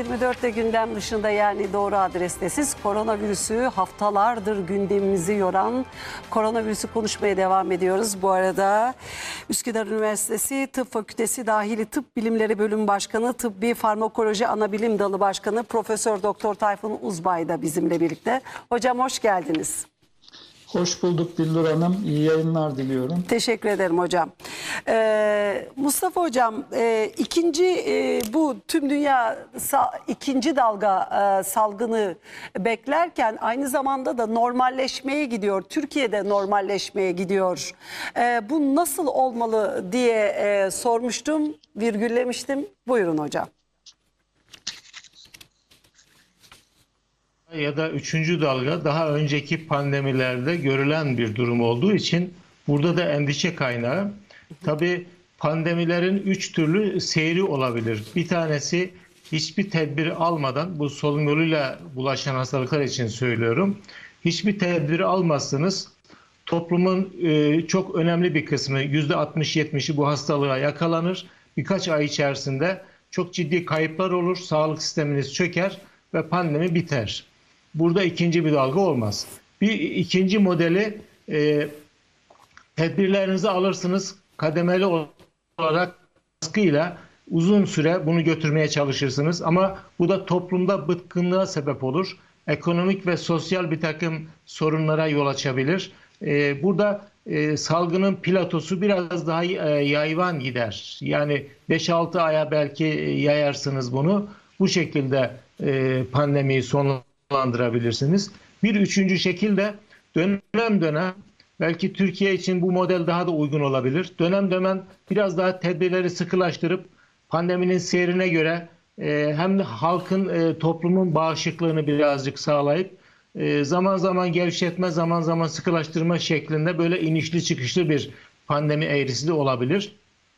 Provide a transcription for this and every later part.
24'te gündem dışında, yani doğru adrestesiz. Koronavirüsü haftalardır gündemimizi yoran koronavirüsü konuşmaya devam ediyoruz. Bu arada Üsküdar Üniversitesi Tıp Fakültesi Dahili Tıp Bilimleri Bölüm Başkanı, Tıbbi Farmakoloji Anabilim Dalı Başkanı Profesör Doktor Tayfun Uzbay da bizimle birlikte. Hocam hoş geldiniz. Hoş bulduk Billur Hanım. İyi yayınlar diliyorum. Teşekkür ederim hocam. Mustafa hocam, bu tüm dünya ikinci dalga salgını beklerken aynı zamanda da normalleşmeye gidiyor. Türkiye'de normalleşmeye gidiyor. Bu nasıl olmalı diye sormuştum, virgüllemiştim. Buyurun hocam. Ya da üçüncü dalga daha önceki pandemilerde görülen bir durum olduğu için burada da endişe kaynağı. Tabii pandemilerin üç türlü seyri olabilir. Bir tanesi hiçbir tedbir almadan, bu solunum yoluyla bulaşan hastalıklar için söylüyorum. Hiçbir tedbir almazsınız. Toplumun çok önemli bir kısmı, %60-70'i bu hastalığa yakalanır. Birkaç ay içerisinde çok ciddi kayıplar olur, sağlık sisteminiz çöker ve pandemi biter. Burada ikinci bir dalga olmaz. Bir ikinci modeli, tedbirlerinizi alırsınız, kademeli olarak baskıyla uzun süre bunu götürmeye çalışırsınız. Ama bu da toplumda bıkkınlığa sebep olur. Ekonomik ve sosyal bir takım sorunlara yol açabilir. Burada salgının platosu biraz daha yayvan gider. Yani 5-6 aya belki yayarsınız bunu. Bu şekilde pandemiyi sonlandırabilirsiniz. Bir üçüncü şekil de dönem dönem, belki Türkiye için bu model daha da uygun olabilir. Dönem dönem biraz daha tedbirleri sıkılaştırıp pandeminin seyrine göre hem de halkın, toplumun bağışıklığını birazcık sağlayıp zaman zaman gevşetme, zaman zaman sıkılaştırma şeklinde böyle inişli çıkışlı bir pandemi eğrisi de olabilir.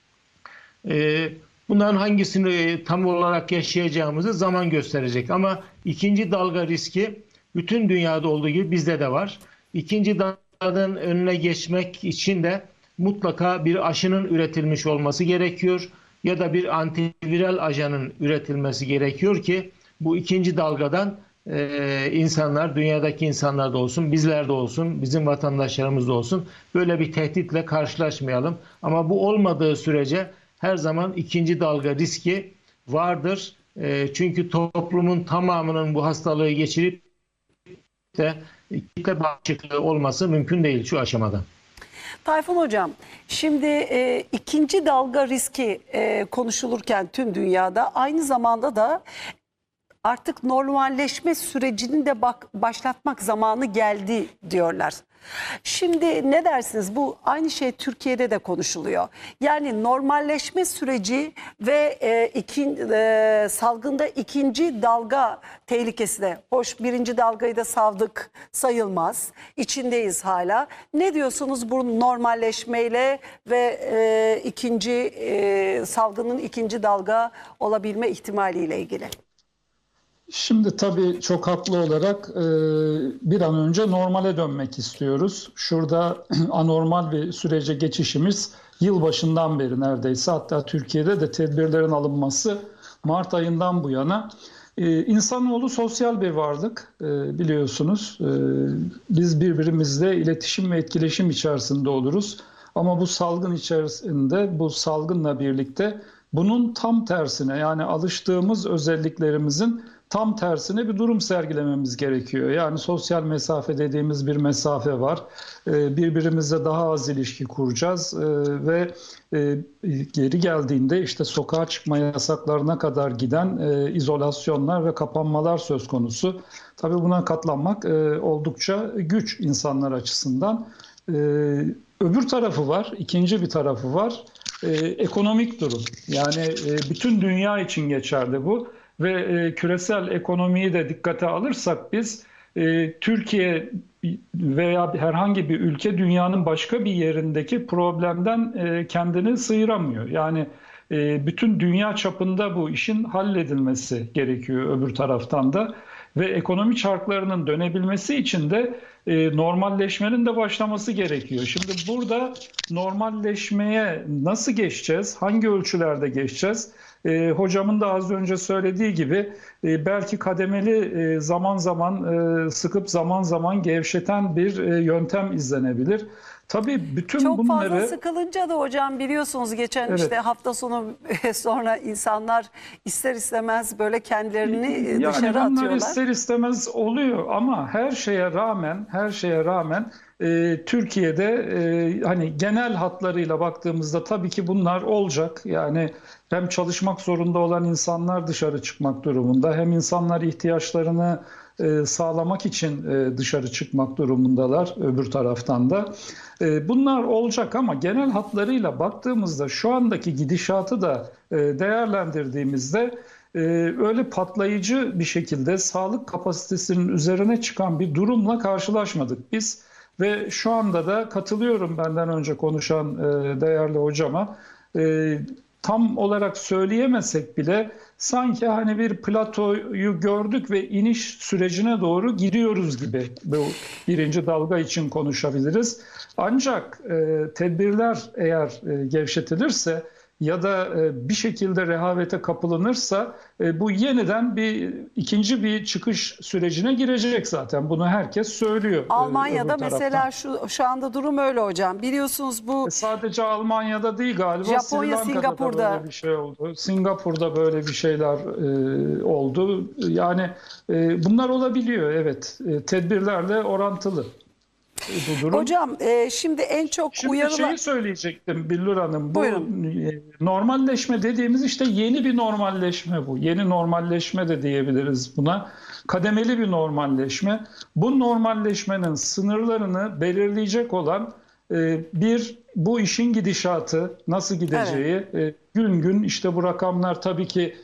Bunların hangisini tam olarak yaşayacağımızı zaman gösterecek. Ama ikinci dalga riski bütün dünyada olduğu gibi bizde de var. İkinci dalganın önüne geçmek için de mutlaka bir aşının üretilmiş olması gerekiyor. Ya da bir antiviral ajanın üretilmesi gerekiyor ki bu ikinci dalgadan insanlar, dünyadaki insanlar da olsun, bizler de olsun, bizim vatandaşlarımız da olsun, böyle bir tehditle karşılaşmayalım. Ama bu olmadığı sürece her zaman ikinci dalga riski vardır. Çünkü toplumun tamamının bu hastalığı geçirip de kitle bağışıklığı olması mümkün değil şu aşamada. Tayfun hocam, şimdi ikinci dalga riski konuşulurken tüm dünyada, aynı zamanda da artık normalleşme sürecini de başlatmak zamanı geldi diyorlar. Şimdi ne dersiniz? Bu aynı şey Türkiye'de de konuşuluyor. Yani normalleşme süreci ve salgında ikinci dalga tehlikesi de. Hoş, birinci dalgayı da savdık sayılmaz. İçindeyiz hala. Ne diyorsunuz bu normalleşmeyle ve salgının ikinci dalga olabilme ihtimaliyle ilgili? Şimdi tabii çok haklı olarak bir an önce normale dönmek istiyoruz. Şurada anormal bir sürece geçişimiz yılbaşından beri neredeyse, hatta Türkiye'de de tedbirlerin alınması Mart ayından bu yana. İnsanoğlu sosyal bir varlık, biliyorsunuz. Biz birbirimizle iletişim ve etkileşim içerisinde oluruz. Ama bu salgın içerisinde, bu salgınla birlikte bunun tam tersine, yani alıştığımız özelliklerimizin tam tersine bir durum sergilememiz gerekiyor. Yani sosyal mesafe dediğimiz bir mesafe var. Birbirimizle daha az ilişki kuracağız ve geri geldiğinde işte sokağa çıkma yasaklarına kadar giden izolasyonlar ve kapanmalar söz konusu. Tabii buna katlanmak oldukça güç insanlar açısından. Öbür tarafı var, ikinci bir tarafı var. Ekonomik durum. Yani bütün dünya için geçerli bu. Ve küresel ekonomiyi de dikkate alırsak biz, Türkiye veya herhangi bir ülke dünyanın başka bir yerindeki problemden kendini sıyıramıyor. Yani bütün dünya çapında bu işin halledilmesi gerekiyor öbür taraftan da. Ve ekonomi çarklarının dönebilmesi için de normalleşmenin de başlaması gerekiyor. Şimdi burada normalleşmeye nasıl geçeceğiz? Hangi ölçülerde geçeceğiz? Hocamın da az önce söylediği gibi belki kademeli zaman zaman sıkıp zaman zaman gevşeten bir yöntem izlenebilir. Tabii bütün Çok bunları... fazla sıkılınca da hocam biliyorsunuz geçen Evet. işte hafta sonu sonra insanlar ister istemez böyle kendilerini Yani dışarı bunlar atıyorlar. ister istemez oluyor ama her şeye rağmen Türkiye'de hani genel hatlarıyla baktığımızda tabii ki bunlar olacak. Yani hem çalışmak zorunda olan insanlar dışarı çıkmak durumunda, hem insanlar ihtiyaçlarını sağlamak için dışarı çıkmak durumundalar öbür taraftan da. Bunlar olacak ama genel hatlarıyla baktığımızda şu andaki gidişatı da değerlendirdiğimizde öyle patlayıcı bir şekilde sağlık kapasitesinin üzerine çıkan bir durumla karşılaşmadık biz. Ve şu anda da katılıyorum benden önce konuşan değerli hocama. Tam olarak söyleyemesek bile sanki hani bir platoyu gördük ve iniş sürecine doğru gidiyoruz gibi, bu birinci dalga için konuşabiliriz. Ancak tedbirler eğer gevşetilirse ya da bir şekilde rehavete kapılınırsa bu yeniden ikinci bir çıkış sürecine girecek zaten. Bunu herkes söylüyor. Almanya'da öbür mesela taraftan. şu anda durum öyle hocam. Biliyorsunuz bu Sadece Almanya'da değil galiba. Japonya, Sri Lanka'da Singapur'da. da böyle bir şey oldu. Singapur'da böyle bir şeyler oldu. Yani bunlar olabiliyor, evet. Tedbirlerle orantılı bu durum. hocam şimdi en çok Şimdi uyarılar... şeyi söyleyecektim Billur Hanım. Bu Buyurun. normalleşme dediğimiz işte yeni bir normalleşme bu. Yeni normalleşme de diyebiliriz buna. Kademeli bir normalleşme. Bu normalleşmenin sınırlarını belirleyecek olan bu işin gidişatı nasıl gideceği, gün gün işte bu rakamlar tabii ki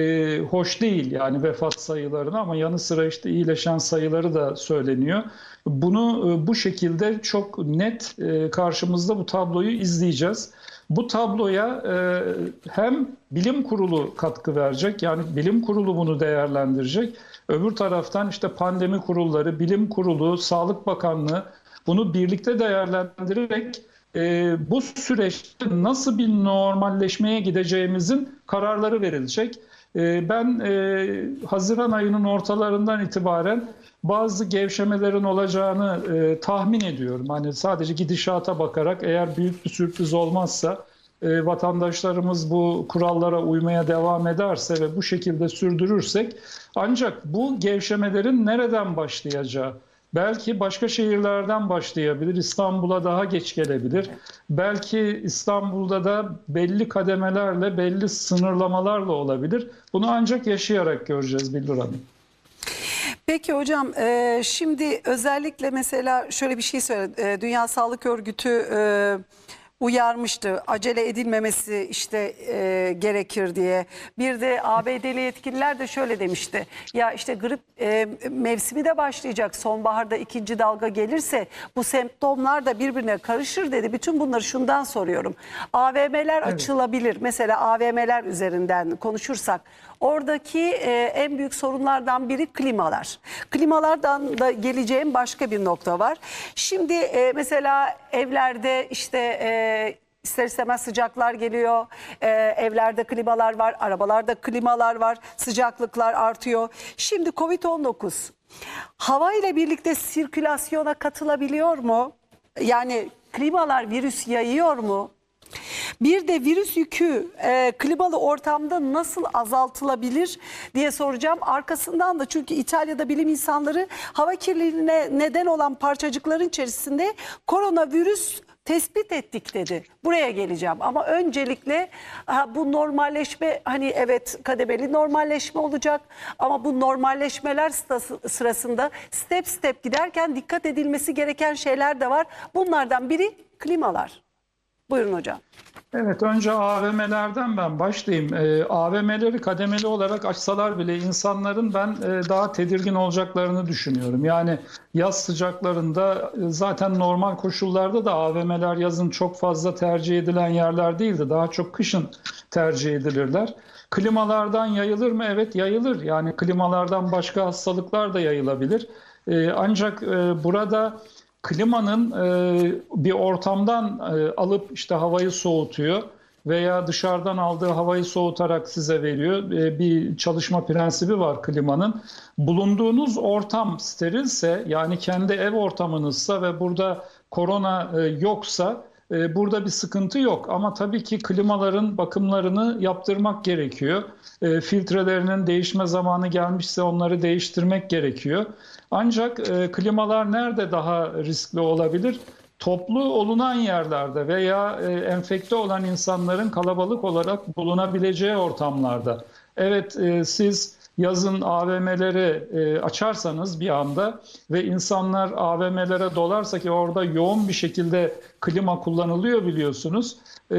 hoş değil yani vefat sayılarını, ama yanı sıra işte iyileşen sayıları da söyleniyor. Bunu bu şekilde çok net karşımızda bu tabloyu izleyeceğiz. Bu tabloya hem bilim kurulu katkı verecek, yani bilim kurulu bunu değerlendirecek. Öbür taraftan işte pandemi kurulları, bilim kurulu, Sağlık Bakanlığı bunu birlikte değerlendirerek bu süreçte nasıl bir normalleşmeye gideceğimizin kararları verilecek. Ben Haziran ayının ortalarından itibaren bazı gevşemelerin olacağını tahmin ediyorum. Hani sadece gidişata bakarak eğer büyük bir sürpriz olmazsa, vatandaşlarımız bu kurallara uymaya devam ederse ve bu şekilde sürdürürsek, ancak bu gevşemelerin nereden başlayacağı, belki başka şehirlerden başlayabilir, İstanbul'a daha geç gelebilir. Belki İstanbul'da da belli kademelerle, belli sınırlamalarla olabilir. Bunu ancak yaşayarak göreceğiz Billur Hanım. Peki hocam şimdi özellikle mesela şöyle bir şey söyledi. Dünya Sağlık Örgütü uyarmıştı. Acele edilmemesi işte gerekir diye. Bir de ABD'li yetkililer de şöyle demişti. Ya işte grip mevsimi de başlayacak. Sonbaharda ikinci dalga gelirse bu semptomlar da birbirine karışır dedi. Bütün bunları şundan soruyorum. AVM'ler açılabilir. Mesela AVM'ler üzerinden konuşursak oradaki en büyük sorunlardan biri klimalar. Klimalardan da geleceğim başka bir nokta var. Şimdi mesela evlerde işte ister istemez sıcaklar geliyor. Evlerde klimalar var, arabalarda klimalar var, sıcaklıklar artıyor. Şimdi Covid-19 hava ile birlikte sirkülasyona katılabiliyor mu? Yani klimalar virüs yayıyor mu? Bir de virüs yükü klimalı ortamda nasıl azaltılabilir diye soracağım. Arkasından da çünkü İtalya'da bilim insanları hava kirliliğine neden olan parçacıkların içerisinde koronavirüs tespit ettik dedi. Buraya geleceğim ama öncelikle bu normalleşme, hani evet kademeli normalleşme olacak ama bu normalleşmeler sırasında step step giderken dikkat edilmesi gereken şeyler de var. Bunlardan biri klimalar. Buyurun hocam. Evet, önce AVM'lerden ben başlayayım. AVM'leri kademeli olarak açsalar bile insanların ben daha tedirgin olacaklarını düşünüyorum. Yani yaz sıcaklarında zaten normal koşullarda da AVM'ler yazın çok fazla tercih edilen yerler değildi. Daha çok kışın tercih edilirler. Klimalardan yayılır mı? Evet, yayılır. Yani klimalardan başka hastalıklar da yayılabilir. Ancak burada klimanın bir ortamdan alıp işte havayı soğutuyor veya dışarıdan aldığı havayı soğutarak size veriyor. Bir çalışma prensibi var klimanın. Bulunduğunuz ortam sterilse, yani kendi ev ortamınızsa ve burada korona yoksa burada bir sıkıntı yok. Ama tabii ki klimaların bakımlarını yaptırmak gerekiyor. Filtrelerinin değişme zamanı gelmişse onları değiştirmek gerekiyor. Ancak klimalar nerede daha riskli olabilir? Toplu olunan yerlerde veya enfekte olan insanların kalabalık olarak bulunabileceği ortamlarda. Evet, siz yazın AVM'leri açarsanız bir anda ve insanlar AVM'lere dolarsa, ki orada yoğun bir şekilde klima kullanılıyor biliyorsunuz.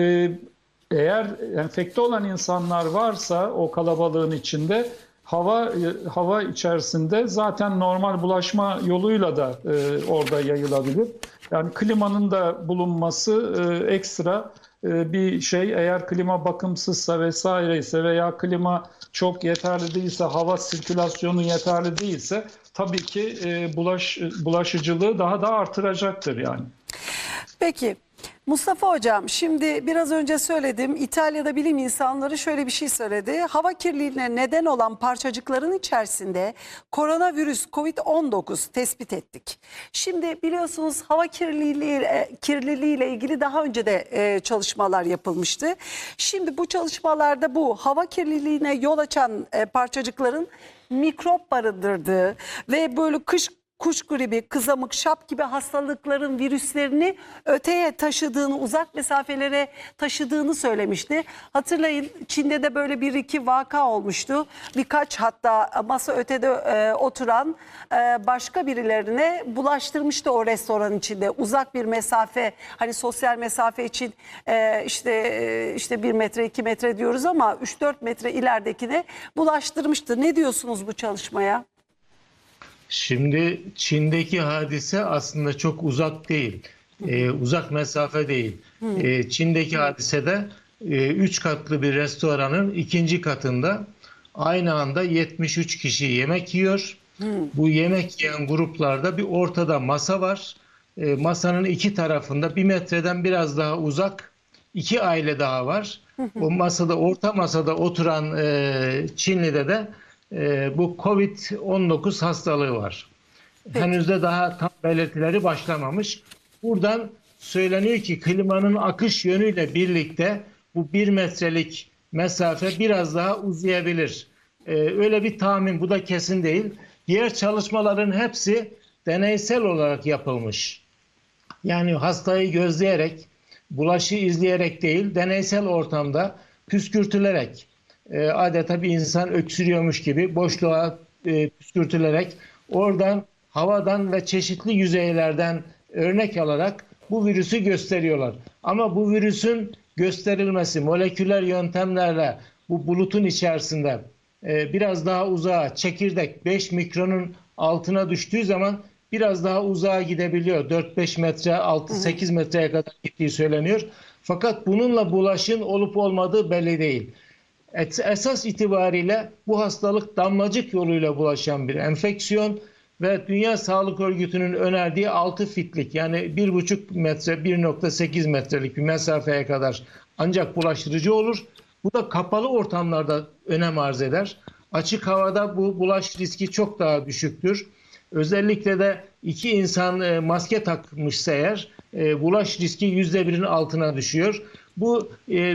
Eğer enfekte olan insanlar varsa o kalabalığın içinde, hava içerisinde zaten normal bulaşma yoluyla da orada yayılabilir. Yani klimanın da bulunması ekstra bir şey. Eğer klima bakımsızsa vesaire ise veya klima çok yeterli değilse, hava sirkülasyonu yeterli değilse tabii ki bulaşıcılığı daha da artıracaktır yani. Peki Mustafa Hocam, şimdi biraz önce söyledim, İtalya'da bilim insanları şöyle bir şey söyledi. Hava kirliliğine neden olan parçacıkların içerisinde koronavirüs COVID-19 tespit ettik. Şimdi biliyorsunuz hava kirliliği ile ilgili daha önce de çalışmalar yapılmıştı. Şimdi bu çalışmalarda bu hava kirliliğine yol açan parçacıkların mikrop barındırdığı ve böyle kuş gribi, kızamık, şap gibi hastalıkların virüslerini öteye taşıdığını, uzak mesafelere taşıdığını söylemişti. Hatırlayın, Çin'de de böyle bir iki vaka olmuştu. Birkaç, hatta masa ötede oturan başka birilerine bulaştırmıştı o restoran içinde. Uzak bir mesafe, hani sosyal mesafe için işte 1 metre 2 metre diyoruz ama 3-4 metre ileridekine bulaştırmıştı. Ne diyorsunuz bu çalışmaya? Şimdi Çin'deki hadise aslında çok uzak değil. Uzak mesafe değil. Çin'deki hadisede 3 katlı bir restoranın ikinci katında aynı anda 73 kişi yemek yiyor. Bu yemek yiyen gruplarda bir ortada masa var. Masanın iki tarafında 1 metreden biraz daha uzak 2 aile daha var. O masada, orta masada oturan Çinli'de de bu COVID-19 hastalığı var. Peki. Henüz de daha tam belirtileri başlamamış. Buradan söyleniyor ki klimanın akış yönüyle birlikte bu 1 metrelik mesafe biraz daha uzayabilir. Öyle bir tahmin, bu da kesin değil. Diğer çalışmaların hepsi deneysel olarak yapılmış. Yani hastayı gözleyerek, bulaşı izleyerek değil, deneysel ortamda püskürtülerek, adeta bir insan öksürüyormuş gibi boşluğa püskürtülerek, oradan, havadan ve çeşitli yüzeylerden örnek alarak bu virüsü gösteriyorlar. Ama bu virüsün gösterilmesi moleküler yöntemlerle bu bulutun içerisinde biraz daha uzağa, çekirdek 5 mikronun altına düştüğü zaman biraz daha uzağa gidebiliyor. 4-5 metre, 6-8 metreye kadar gittiği söyleniyor. Fakat bununla bulaşın olup olmadığı belli değil. Esas itibariyle bu hastalık damlacık yoluyla bulaşan bir enfeksiyon ve Dünya Sağlık Örgütü'nün önerdiği 6 fitlik, yani 1,5 metre, 1,8 metrelik bir mesafeye kadar ancak bulaştırıcı olur. Bu da kapalı ortamlarda önem arz eder. Açık havada bu bulaş riski çok daha düşüktür. Özellikle de 2 insan maske takmışsa eğer bulaş riski %1'in altına düşüyor. Bu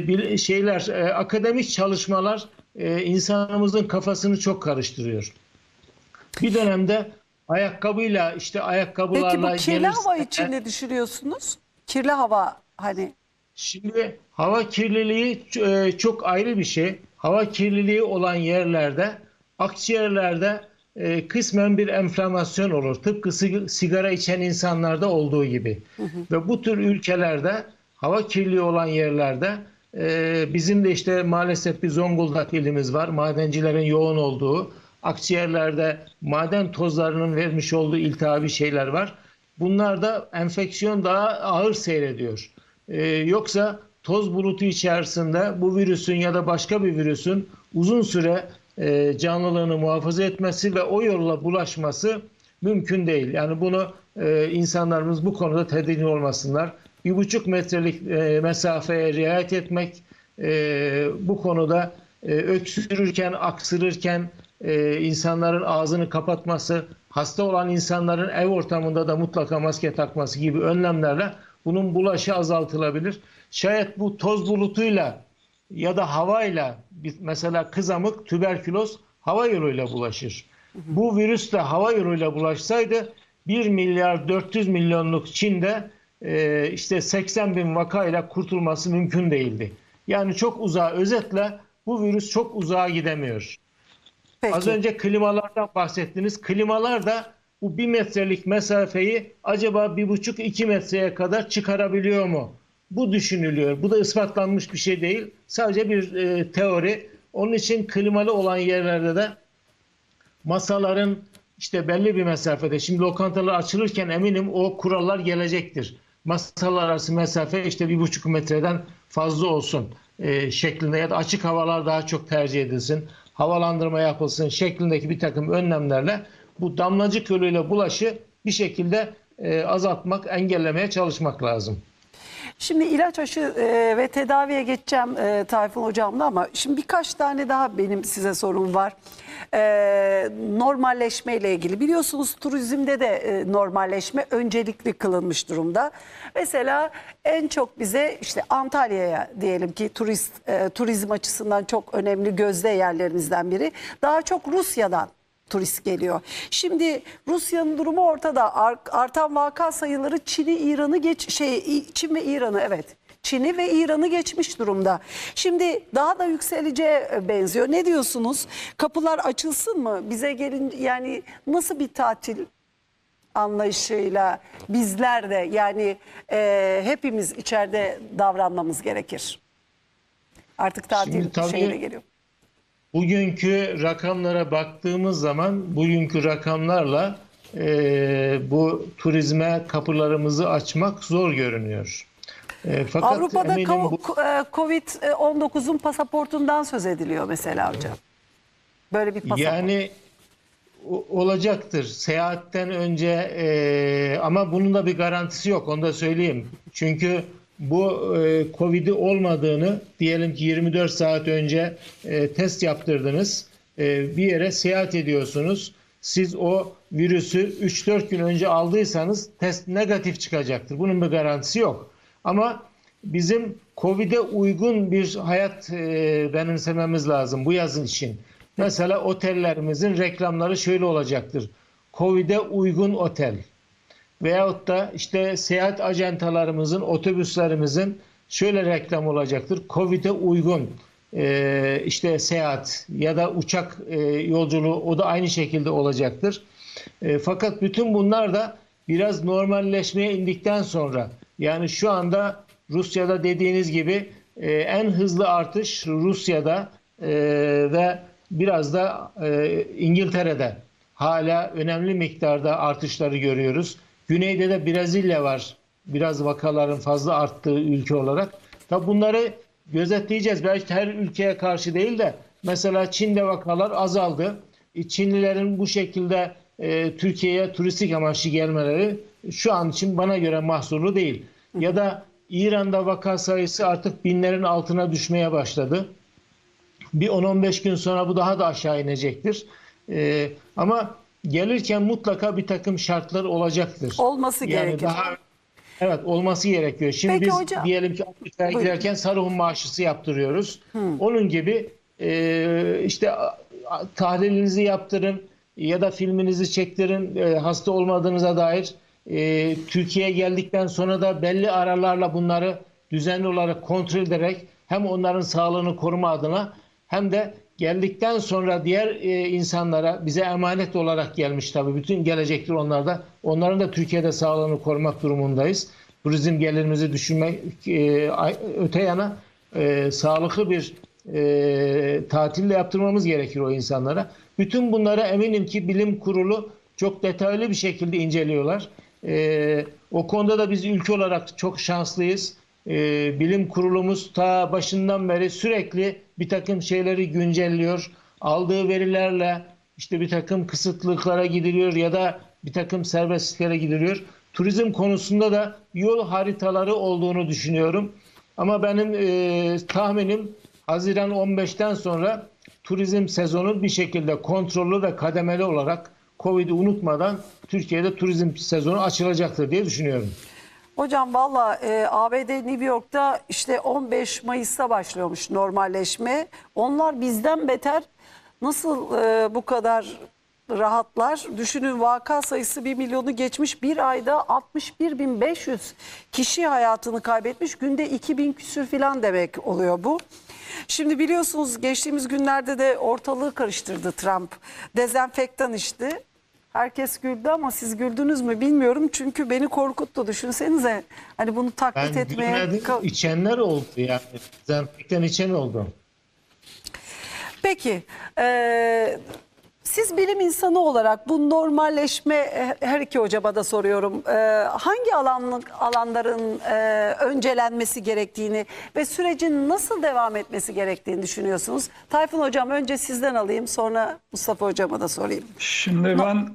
akademik çalışmalar insanımızın kafasını çok karıştırıyor. Bir dönemde ayakkabılarla Peki bu kirli hava gelirse, için ne düşünüyorsunuz? Kirli hava hani... Şimdi hava kirliliği çok ayrı bir şey. Hava kirliliği olan yerlerde, akciğerlerde kısmen bir enflamasyon olur. Tıpkı sigara içen insanlarda olduğu gibi. Ve bu tür ülkelerde, hava kirliliği olan yerlerde bizim de işte maalesef bir Zonguldak ilimiz var. Madencilerin yoğun olduğu, akciğerlerde maden tozlarının vermiş olduğu iltihabi şeyler var. Bunlarda enfeksiyon daha ağır seyrediyor. Yoksa toz bulutu içerisinde bu virüsün ya da başka bir virüsün uzun süre canlılığını muhafaza etmesi ve o yolla bulaşması mümkün değil. Yani bunu insanlarımız bu konuda tedirgin olmasınlar. 1,5 metrelik mesafeye riayet etmek, bu konuda öksürürken, aksırırken insanların ağzını kapatması, hasta olan insanların ev ortamında da mutlaka maske takması gibi önlemlerle bunun bulaşı azaltılabilir. Şayet bu toz bulutuyla ya da havayla, mesela kızamık, tüberküloz hava yoluyla bulaşır. Bu virüs de hava yoluyla bulaşsaydı 1 milyar 400 milyonluk Çin'de işte 80 bin vakayla kurtulması mümkün değildi. Yani çok uzağa, özetle bu virüs çok uzağa gidemiyor. Peki. Az önce klimalardan bahsettiniz. Klimalar da bu 1 metrelik mesafeyi acaba 1,5-2 metreye kadar çıkarabiliyor mu? Bu düşünülüyor. Bu da ispatlanmış bir şey değil. Sadece bir teori. Onun için klimalı olan yerlerde de masaların işte belli bir mesafede, şimdi lokantalar açılırken eminim o kurallar gelecektir. Masalar arası mesafe işte 1,5 metreden fazla olsun şeklinde ya da açık havalar daha çok tercih edilsin, havalandırma yapılsın şeklindeki bir takım önlemlerle bu damlacık yoluyla bulaşı bir şekilde azaltmak, engellemeye çalışmak lazım. Şimdi ilaç, aşı ve tedaviye geçeceğim Tayfun Hocam'la, ama şimdi birkaç tane daha benim size sorum var. Normalleşme ile ilgili, biliyorsunuz turizmde de normalleşme öncelikli kılınmış durumda. Mesela en çok bize işte Antalya'ya, diyelim ki turizm açısından çok önemli gözde yerlerimizden biri, daha çok Rusya'dan turist geliyor. Şimdi Rusya'nın durumu ortada. Artan vaka sayıları Çin ve İran'ı, evet. Çin'i ve İran'ı geçmiş durumda. Şimdi daha da yükseleceğe benziyor. Ne diyorsunuz? Kapılar açılsın mı? Bize gelin, yani nasıl bir tatil anlayışıyla bizler de, yani hepimiz içeride davranmamız gerekir? Artık tatil şeyine geliyor. Bugünkü rakamlara baktığımız zaman, bugünkü rakamlarla bu turizme kapılarımızı açmak zor görünüyor. Fakat Avrupa'da eminim Covid-19'un pasaportundan söz ediliyor mesela hocam. Böyle bir pasaport. Yani olacaktır seyahatten önce, ama bunun da bir garantisi yok, onu da söyleyeyim. Çünkü bu Covid'i olmadığını, diyelim ki 24 saat önce test yaptırdınız, bir yere seyahat ediyorsunuz. Siz o virüsü 3-4 gün önce aldıysanız test negatif çıkacaktır. Bunun bir garantisi yok. Ama bizim Covid'e uygun bir hayat benimsememiz lazım bu yazın için. Mesela otellerimizin reklamları şöyle olacaktır: Covid'e uygun otel. Veyahut da işte seyahat ajantalarımızın, otobüslerimizin şöyle reklam olacaktır: Covid'e uygun işte seyahat ya da uçak yolculuğu, o da aynı şekilde olacaktır. Fakat bütün bunlar da biraz normalleşmeye indikten sonra, yani şu anda Rusya'da dediğiniz gibi en hızlı artış Rusya'da ve biraz da İngiltere'de hala önemli miktarda artışları görüyoruz. Güneyde de Brezilya var, biraz vakaların fazla arttığı ülke olarak. Tabi bunları gözetleyeceğiz. Belki her ülkeye karşı değil de, mesela Çin'de vakalar azaldı. Çinlilerin bu şekilde Türkiye'ye turistik amaçlı gelmeleri şu an için bana göre mahsurlu değil. Ya da İran'da vaka sayısı artık binlerin altına düşmeye başladı. Bir 10-15 gün sonra bu daha da aşağı inecektir. Ama gelirken mutlaka bir takım şartlar olacaktır. Olması gerekir. Evet, olması gerekiyor. Şimdi Peki biz hocam, diyelim ki Afrika'ya giderken sarı humma aşısı yaptırıyoruz. Onun gibi işte tahlilinizi yaptırın ya da filminizi çektirin, hasta olmadığınıza dair. Türkiye'ye geldikten sonra da belli aralarla bunları düzenli olarak kontrol ederek hem onların sağlığını koruma adına hem de geldikten sonra diğer insanlara, bize emanet olarak gelmiş tabii, bütün gelecektir onlarda. Onların da Türkiye'de sağlığını korumak durumundayız. Turizm gelirimizi düşünmek öte yana sağlıklı bir tatille yaptırmamız gerekir o insanlara. Bütün bunları eminim ki bilim kurulu çok detaylı bir şekilde inceliyorlar. O konuda da biz ülke olarak çok şanslıyız. Bilim kurulumuz ta başından beri sürekli bir takım şeyleri güncelliyor. Aldığı verilerle işte bir takım kısıtlıklara gidiliyor ya da bir takım serbestliklere gidiliyor. Turizm konusunda da yol haritaları olduğunu düşünüyorum. Ama benim tahminim Haziran 15'ten sonra turizm sezonu bir şekilde kontrollü ve kademeli olarak Covid'i unutmadan Türkiye'de turizm sezonu açılacaktır diye düşünüyorum. Hocam valla ABD New York'ta işte 15 Mayıs'ta başlıyormuş normalleşme. Onlar bizden beter nasıl bu kadar rahatlar? Düşünün, vaka sayısı 1 milyonu geçmiş, bir ayda 61.500 kişi hayatını kaybetmiş. Günde 2.000 küsür falan demek oluyor bu. Şimdi biliyorsunuz geçtiğimiz günlerde de ortalığı karıştırdı Trump. Dezenfektan içti. Herkes güldü ama siz güldünüz mü bilmiyorum. Çünkü beni korkuttu. Düşünsenize hani bunu taklit Ben etmeye... gülmedim, içenler oldu yani. Dezenfektan içen oldu. Peki siz bilim insanı olarak bu normalleşme, her iki hocama da soruyorum, hangi alanların öncelenmesi gerektiğini ve sürecin nasıl devam etmesi gerektiğini düşünüyorsunuz? Tayfun hocam, önce sizden alayım, sonra Mustafa hocama da sorayım. Şimdi ben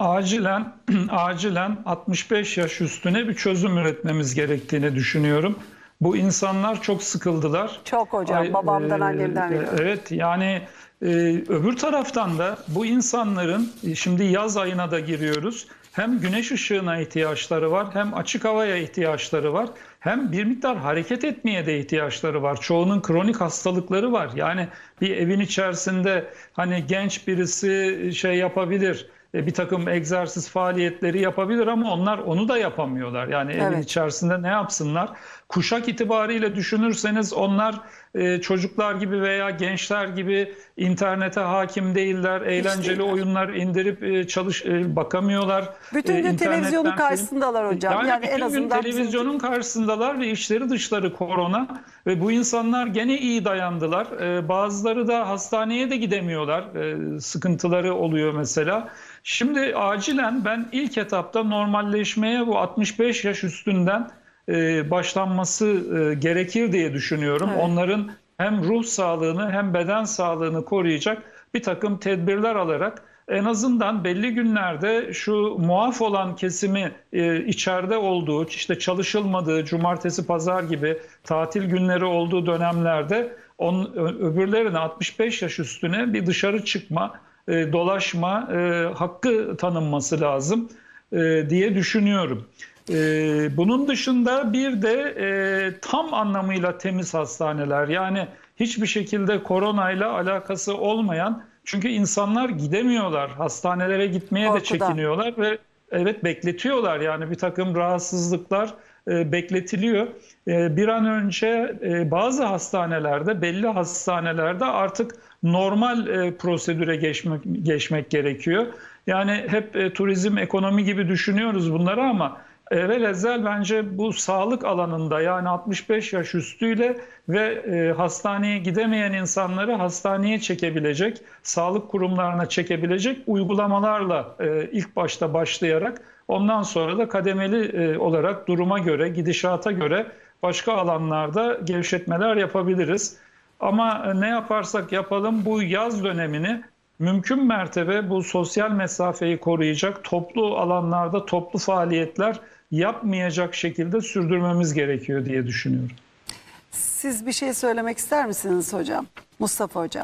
acilen 65 yaş üstüne bir çözüm üretmemiz gerektiğini düşünüyorum. Bu insanlar çok sıkıldılar. Çok hocam, babamdan annemden biliyorum. Evet, yani öbür taraftan da bu insanların, şimdi yaz ayına da giriyoruz, hem güneş ışığına ihtiyaçları var, hem açık havaya ihtiyaçları var, hem bir miktar hareket etmeye de ihtiyaçları var. Çoğunun kronik hastalıkları var. Yani bir evin içerisinde hani genç birisi şey yapabilir, bir takım egzersiz faaliyetleri yapabilir ama onlar onu da yapamıyorlar. Yani evin Evet. içerisinde ne yapsınlar? Kuşak itibariyle düşünürseniz onlar çocuklar gibi veya gençler gibi internete hakim değiller. Eğlenceli değiller. oyunlar indirip bakamıyorlar. Bütün gün İnternetten televizyonun film. karşısındalar hocam. Yani en bütün gün azından televizyonun karşısındalar ve içleri dışları korona ve bu insanlar gene iyi dayandılar. Bazıları da hastaneye de gidemiyorlar. Sıkıntıları oluyor mesela. Şimdi acilen ben ilk etapta normalleşmeye bu 65 yaş üstünden başlanması gerekir diye düşünüyorum. Evet. Onların hem ruh sağlığını hem beden sağlığını koruyacak bir takım tedbirler alarak en azından belli günlerde şu muaf olan kesimi içeride olduğu, işte çalışılmadığı, cumartesi pazar gibi tatil günleri olduğu dönemlerde öbürlerine 65 yaş üstüne bir dışarı çıkma, dolaşma hakkı tanınması lazım diye düşünüyorum. Bunun dışında bir de tam anlamıyla temiz hastaneler, yani hiçbir şekilde koronayla alakası olmayan, çünkü insanlar gidemiyorlar, hastanelere gitmeye de Korkudan. çekiniyorlar ve evet bekletiyorlar, yani bir takım rahatsızlıklar bekletiliyor. Bir an önce bazı hastanelerde, belli hastanelerde artık normal prosedüre geçmek gerekiyor. Yani hep turizm, ekonomi gibi düşünüyoruz bunları ama evvelezzel bence bu sağlık alanında, yani 65 yaş üstüyle ve hastaneye gidemeyen insanları hastaneye çekebilecek, sağlık kurumlarına çekebilecek uygulamalarla ilk başta başlayarak ondan sonra da kademeli olarak duruma göre, gidişata göre başka alanlarda gevşetmeler yapabiliriz. Ama ne yaparsak yapalım bu yaz dönemini mümkün mertebe bu sosyal mesafeyi koruyacak, toplu alanlarda toplu faaliyetler yapmayacak şekilde sürdürmemiz gerekiyor diye düşünüyorum. siz bir şey söylemek ister misiniz hocam? Mustafa hocam.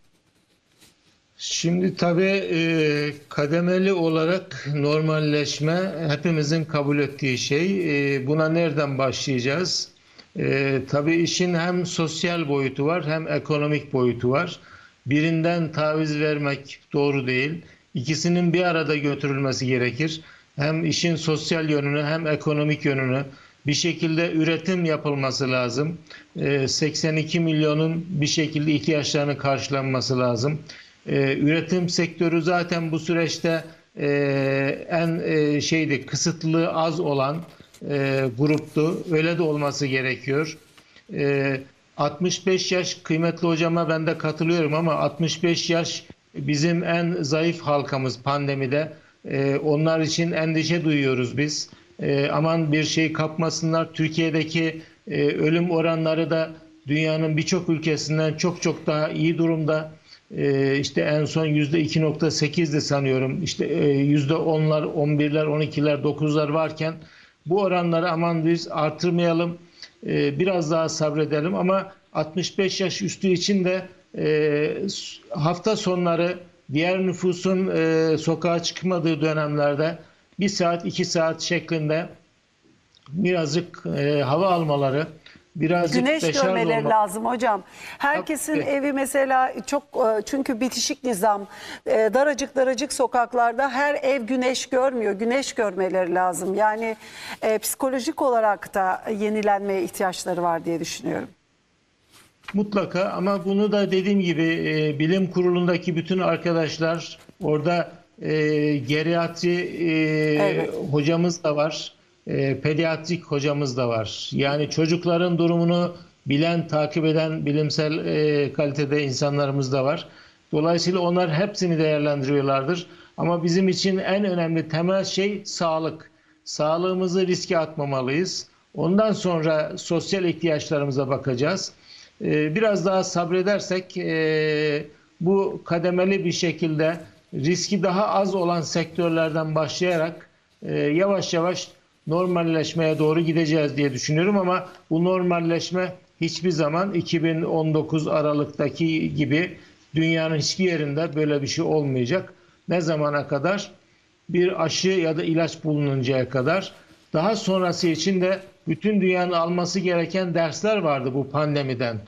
Şimdi tabii kademeli olarak normalleşme hepimizin kabul ettiği şey. Buna nereden başlayacağız? Tabii işin hem sosyal boyutu var hem ekonomik boyutu var. Birinden taviz vermek doğru değil. İkisinin bir arada götürülmesi gerekir. Hem işin sosyal yönünü hem ekonomik yönünü bir şekilde üretim yapılması lazım. 82 milyonun bir şekilde ihtiyaçlarının karşılanması lazım. Üretim sektörü zaten bu süreçte kısıtlı az olan gruptu. Öyle de olması gerekiyor. 65 yaş, kıymetli hocama ben de katılıyorum ama 65 yaş bizim en zayıf halkamız pandemide. Onlar için endişe duyuyoruz biz. Aman bir şey kapmasınlar. Türkiye'deki ölüm oranları da dünyanın birçok ülkesinden çok çok daha iyi durumda. işte en son %2,8'di sanıyorum. İşte %10'lar, 11'ler, 12'ler, 9'lar varken bu oranları aman biz artırmayalım, biraz daha sabredelim ama 65 yaş üstü için de hafta sonları diğer nüfusun sokağa çıkmadığı dönemlerde 1 saat 2 saat şeklinde birazcık hava almaları, birazcık Güneş deşarj görmeleri olmaları. lazım hocam. Herkesin Tabii. evi mesela çok çünkü bitişik nizam, daracık daracık sokaklarda her ev güneş görmüyor. Güneş görmeleri lazım. Yani psikolojik olarak da yenilenmeye ihtiyaçları var diye düşünüyorum. Mutlaka ama bunu da dediğim gibi bilim kurulundaki bütün arkadaşlar orada geriatri Evet. hocamız da var, pediatrik hocamız da var. Yani çocukların durumunu bilen, takip eden bilimsel kalitede insanlarımız da var. Dolayısıyla onlar hepsini değerlendiriyorlardır. Ama bizim için en önemli temel şey sağlık. Sağlığımızı riske atmamalıyız. Ondan sonra sosyal ihtiyaçlarımıza bakacağız. Biraz daha sabredersek bu kademeli bir şekilde riski daha az olan sektörlerden başlayarak yavaş yavaş normalleşmeye doğru gideceğiz diye düşünüyorum ama bu normalleşme hiçbir zaman 2019 Aralık'taki gibi dünyanın hiçbir yerinde böyle bir şey olmayacak. Ne zamana kadar? Bir aşı ya da ilaç bulununcaya kadar. Daha sonrası için de bütün dünyanın alması gereken dersler vardı bu pandemiden.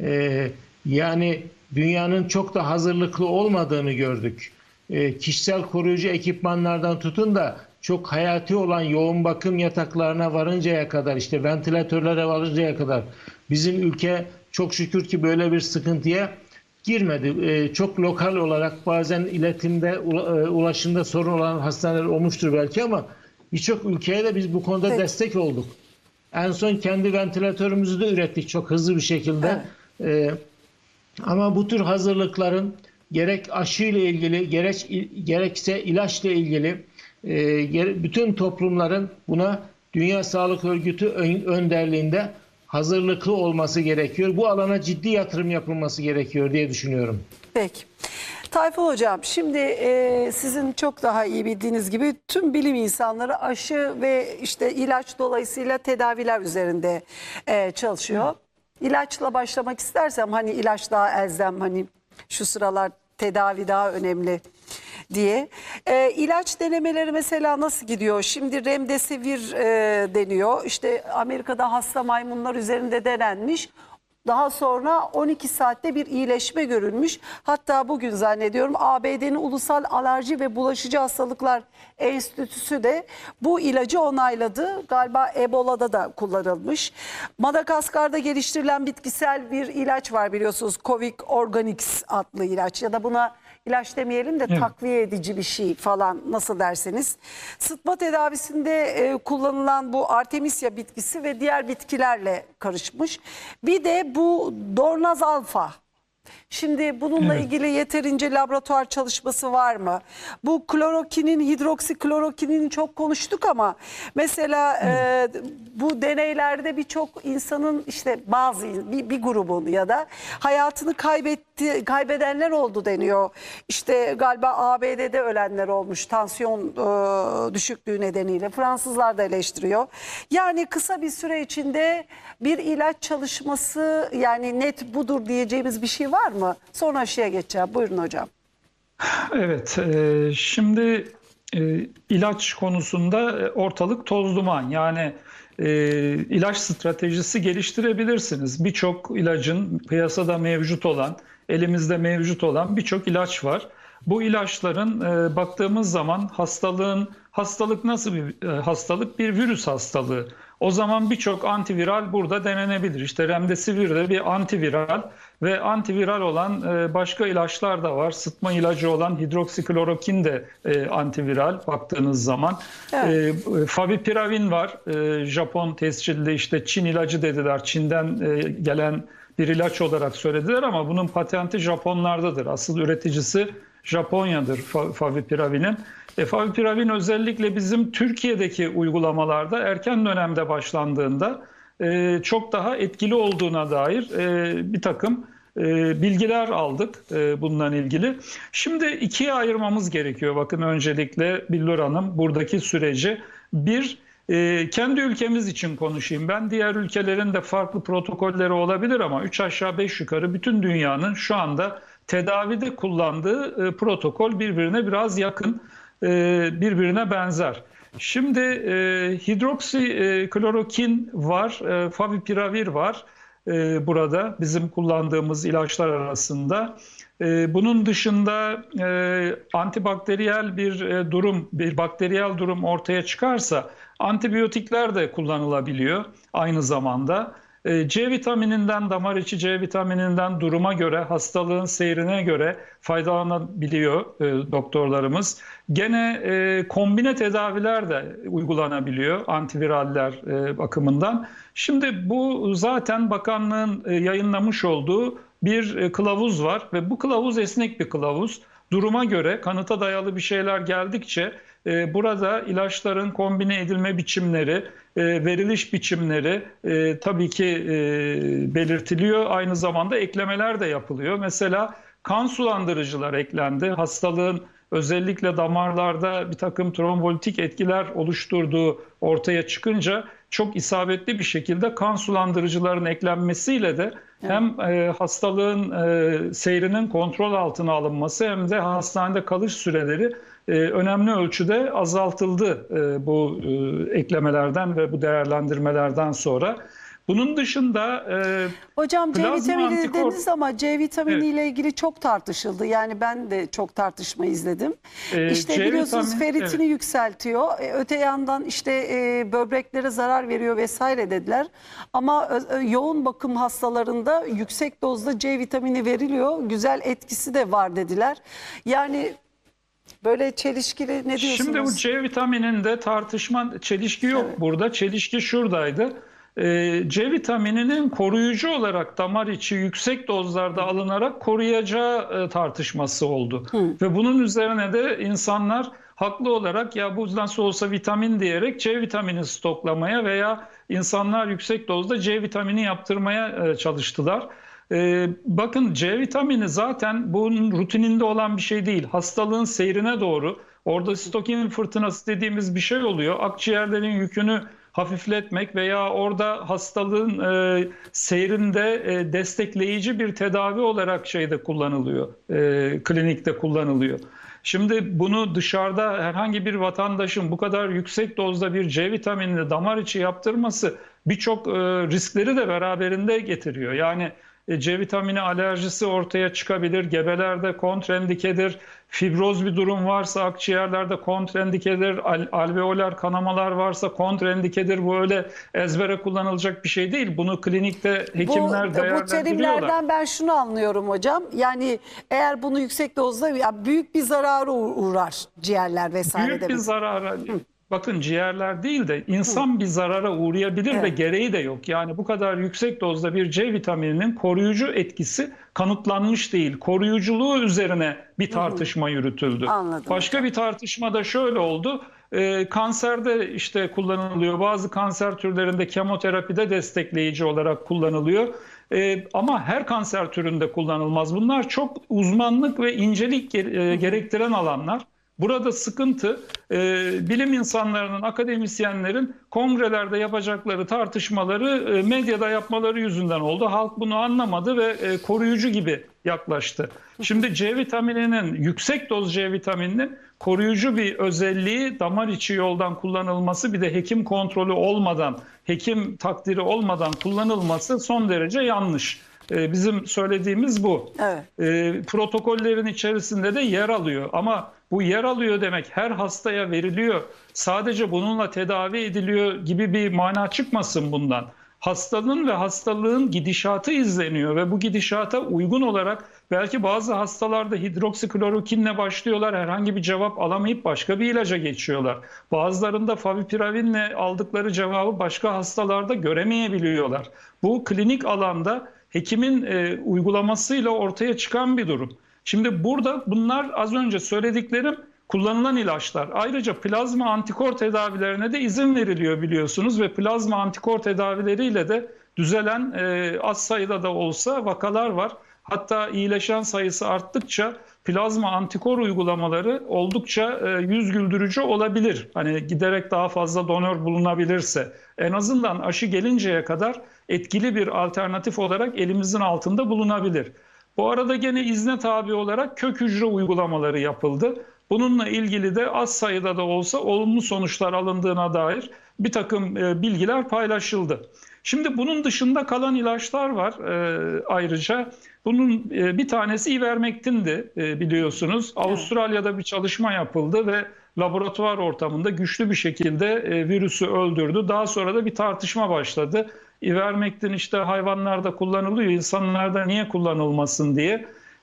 Yani dünyanın çok da hazırlıklı olmadığını gördük. Kişisel koruyucu ekipmanlardan tutun da çok hayati olan yoğun bakım yataklarına varıncaya kadar, işte ventilatörlere varıncaya kadar bizim ülke çok şükür ki böyle bir sıkıntıya girmedi. Çok lokal olarak bazen iletimde, ulaşımda sorun olan hastaneler olmuştur belki ama birçok ülkeye de biz bu konuda Peki. destek olduk. En son kendi ventilatörümüzü de ürettik çok hızlı bir şekilde. Evet. Ama bu tür hazırlıkların gerek aşı ile ilgili, gerekse ilaçla ilgili bütün toplumların buna Dünya Sağlık Örgütü önderliğinde hazırlıklı olması gerekiyor. Bu alana ciddi yatırım yapılması gerekiyor diye düşünüyorum. Peki. Tayfun Hocam, şimdi sizin çok daha iyi bildiğiniz gibi tüm bilim insanları aşı ve işte ilaç dolayısıyla tedaviler üzerinde çalışıyor. İlaçla başlamak istersem hani ilaç daha elzem, hani şu sıralar tedavi daha önemli diye. İlaç denemeleri mesela nasıl gidiyor? Şimdi Remdesivir deniyor. İşte Amerika'da hasta maymunlar üzerinde denenmiş. Daha sonra 12 saatte bir iyileşme görülmüş. Hatta bugün zannediyorum ABD'nin Ulusal Alerji ve Bulaşıcı Hastalıklar Enstitüsü de bu ilacı onayladı. Galiba Ebola'da da kullanılmış. Madagaskar'da geliştirilen bitkisel bir ilaç var biliyorsunuz. Covic Organics adlı ilaç ya da buna ilaç demeyelim de Evet. takviye edici bir şey falan, nasıl derseniz. Sıtma tedavisinde kullanılan bu Artemisia bitkisi ve diğer bitkilerle karışmış. Bir de bu Dornaz alfa. Şimdi bununla Evet. ilgili yeterince laboratuvar çalışması var mı? Bu klorokinin, hidroksiklorokinini çok konuştuk ama mesela bu deneylerde birçok insanın, işte bazı bir grubun ya da hayatını kaybedenler oldu deniyor. İşte galiba ABD'de ölenler olmuş tansiyon düşüklüğü nedeniyle. Fransızlar da eleştiriyor. Yani kısa bir süre içinde bir ilaç çalışması, yani net budur diyeceğimiz bir şey var mı? Sonra aşıya geçeceğim. Buyurun hocam. Evet, şimdi ilaç konusunda ortalık toz duman. Yani ilaç stratejisi geliştirebilirsiniz. Birçok ilacın piyasada mevcut olan, elimizde mevcut olan birçok ilaç var. Bu ilaçların baktığımız zaman hastalık nasıl bir hastalık? Bir virüs hastalığı. O zaman birçok antiviral burada denenebilir. İşte Remdesivir de bir antiviral ve antiviral olan başka ilaçlar da var. Sıtma ilacı olan hidroksiklorokin de antiviral baktığınız zaman. Evet. Favipiravin var. Japon tescilli, işte Çin ilacı dediler. Çin'den gelen bir ilaç olarak söylediler ama bunun patenti Japonlardadır. Asıl üreticisi Japonya'dır Favipiravinin. Favipiravin özellikle bizim Türkiye'deki uygulamalarda erken dönemde başlandığında çok daha etkili olduğuna dair bir takım bilgiler aldık bununla ilgili. Şimdi ikiye ayırmamız gerekiyor. Bakın öncelikle Billur Hanım buradaki süreci. Bir, kendi ülkemiz için konuşayım ben. Diğer ülkelerin de farklı protokolleri olabilir ama 3 aşağı 5 yukarı bütün dünyanın şu anda tedavide kullandığı protokol birbirine biraz yakın, birbirine benzer. Şimdi hidroksiklorokin var, favipiravir var burada bizim kullandığımız ilaçlar arasında. Bunun dışında antibakteriyel bir durum, bir bakteriyel durum ortaya çıkarsa antibiyotikler de kullanılabiliyor aynı zamanda. C vitamininden, damar içi C vitamininden duruma göre, hastalığın seyrine göre faydalanabiliyor doktorlarımız. Gene kombine tedaviler de uygulanabiliyor antiviraller bakımından. Şimdi bu zaten bakanlığın yayınlamış olduğu bir kılavuz var ve bu kılavuz esnek bir kılavuz. Duruma göre kanıta dayalı bir şeyler geldikçe burada ilaçların kombine edilme biçimleri, veriliş biçimleri tabii ki belirtiliyor. Aynı zamanda eklemeler de yapılıyor. Mesela kan sulandırıcılar eklendi. Hastalığın özellikle damarlarda bir takım trombolitik etkiler oluşturduğu ortaya çıkınca çok isabetli bir şekilde kan sulandırıcıların eklenmesiyle de hem hastalığın seyrinin kontrol altına alınması hem de hastanede kalış süreleri önemli ölçüde azaltıldı bu eklemelerden ve bu değerlendirmelerden sonra. Bunun dışında hocam C vitamini dediniz ama C vitamini Evet. ile ilgili çok tartışıldı. Yani ben de çok tartışma izledim. İşte C biliyorsunuz vitamini, feritini evet. yükseltiyor. Öte yandan işte böbreklere zarar veriyor vesaire dediler. Ama yoğun bakım hastalarında yüksek dozda C vitamini veriliyor. Güzel etkisi de var dediler. Yani böyle çelişkili ne diyorsunuz? Şimdi bu C vitamininde çelişki yok burada. Çelişki şuradaydı. C vitamininin koruyucu olarak damar içi yüksek dozlarda alınarak koruyacağı tartışması oldu. Ve bunun üzerine de insanlar haklı olarak ya bu nasıl olsa vitamin diyerek C vitamini stoklamaya veya insanlar yüksek dozda C vitamini yaptırmaya çalıştılar. Bakın C vitamini zaten bunun rutininde olan bir şey değil. Hastalığın seyrine doğru orada sitokin fırtınası dediğimiz bir şey oluyor. Akciğerlerin yükünü hafifletmek veya orada hastalığın seyrinde destekleyici bir tedavi olarak şeyde kullanılıyor, klinikte kullanılıyor. Şimdi bunu dışarıda herhangi bir vatandaşın bu kadar yüksek dozda bir C vitaminini damar içi yaptırması birçok riskleri de beraberinde getiriyor. Yani C vitamini alerjisi ortaya çıkabilir, gebelerde kontraindikedir, fibroz bir durum varsa akciğerlerde kontraindikedir, alveolar kanamalar varsa kontraindikedir. Bu öyle ezbere kullanılacak bir şey değil. Bunu klinikte hekimler değerlendiriyorlar. Bu terimlerden ben şunu anlıyorum hocam. Yani eğer bunu yüksek dozda büyük bir zarara uğrar ciğerler vesaire. Büyük bir zarara. Bakın ciğerler değil de insan bir zarara uğrayabilir ve gereği de yok. Yani bu kadar yüksek dozda bir C vitamininin koruyucu etkisi kanıtlanmış değil. Koruyuculuğu üzerine bir tartışma yürütüldü. Anladım. Başka bir tartışma da şöyle oldu. Kanserde işte kullanılıyor. Bazı kanser türlerinde kemoterapide destekleyici olarak kullanılıyor. Ama her kanser türünde kullanılmaz. Bunlar çok uzmanlık ve incelik gerektiren alanlar. Burada sıkıntı bilim insanlarının, akademisyenlerin kongrelerde yapacakları tartışmaları medyada yapmaları yüzünden oldu. Halk bunu anlamadı ve koruyucu gibi yaklaştı. Şimdi C vitamininin, yüksek doz C vitamininin koruyucu bir özelliği damar içi yoldan kullanılması, bir de hekim kontrolü olmadan, hekim takdiri olmadan kullanılması son derece yanlış. Bizim söylediğimiz bu. Evet. Protokollerin içerisinde de yer alıyor ama bu yer alıyor demek her hastaya veriliyor, sadece bununla tedavi ediliyor gibi bir mana çıkmasın bundan. Hastanın ve hastalığın gidişatı izleniyor ve bu gidişata uygun olarak belki bazı hastalarda hidroksiklorokinle başlıyorlar, herhangi bir cevap alamayıp başka bir ilaca geçiyorlar. Bazılarında favipiravinle aldıkları cevabı başka hastalarda göremeyebiliyorlar. Bu klinik alanda hekimin uygulamasıyla ortaya çıkan bir durum. Şimdi burada bunlar az önce söylediklerim kullanılan ilaçlar. Ayrıca plazma antikor tedavilerine de izin veriliyor biliyorsunuz ve plazma antikor tedavileriyle de düzelen az sayıda da olsa vakalar var. Hatta iyileşen sayısı arttıkça plazma antikor uygulamaları oldukça yüz güldürücü olabilir. Hani giderek daha fazla donör bulunabilirse. En azından aşı gelinceye kadar etkili bir alternatif olarak elimizin altında bulunabilir. Bu arada gene izne tabi olarak kök hücre uygulamaları yapıldı. Bununla ilgili de az sayıda da olsa olumlu sonuçlar alındığına dair bir takım bilgiler paylaşıldı. Şimdi bunun dışında kalan ilaçlar var ayrıca. Bunun bir tanesi ivermektindi biliyorsunuz. Avustralya'da bir çalışma yapıldı ve laboratuvar ortamında güçlü bir şekilde virüsü öldürdü. Daha sonra da bir tartışma başladı. İvermektin işte hayvanlarda kullanılıyor, insanlarda niye kullanılmasın diye.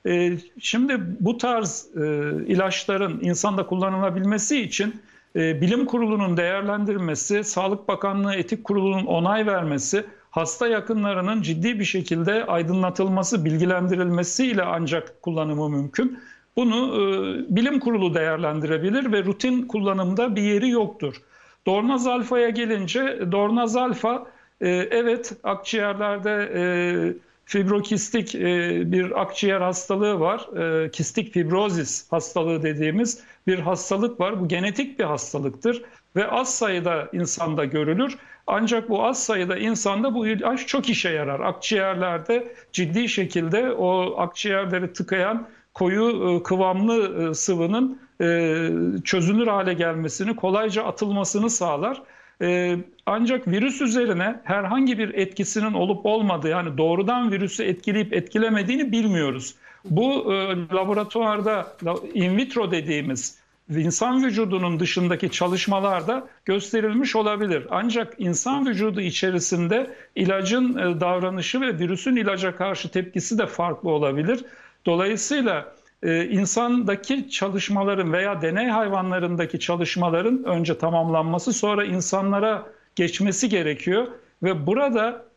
Şimdi bu tarz ilaçların insanda kullanılabilmesi için Bilim Kurulu'nun değerlendirmesi, Sağlık Bakanlığı Etik Kurulu'nun onay vermesi, hasta yakınlarının ciddi bir şekilde aydınlatılması, bilgilendirilmesiyle ancak kullanımı mümkün. Bunu Bilim Kurulu değerlendirebilir ve rutin kullanımda bir yeri yoktur. Dornaz alfaya gelince, Dornaz alfa evet akciğerlerde fibrokistik bir akciğer hastalığı var. Kistik fibrozis hastalığı dediğimiz bir hastalık var. Bu genetik bir hastalıktır ve az sayıda insanda görülür. Ancak bu az sayıda insanda bu ilaç çok işe yarar. Akciğerlerde ciddi şekilde o akciğerleri tıkayan koyu kıvamlı sıvının çözünür hale gelmesini, kolayca atılmasını sağlar. Ancak virüs üzerine herhangi bir etkisinin olup olmadığı, yani doğrudan virüsü etkileyip etkilemediğini bilmiyoruz. Bu laboratuvarda in vitro dediğimiz insan vücudunun dışındaki çalışmalarda gösterilmiş olabilir. Ancak insan vücudu içerisinde ilacın davranışı ve virüsün ilaca karşı tepkisi de farklı olabilir. Dolayısıyla insandaki çalışmaların veya deney hayvanlarındaki çalışmaların önce tamamlanması, sonra insanlara geçmesi gerekiyor. Ve burada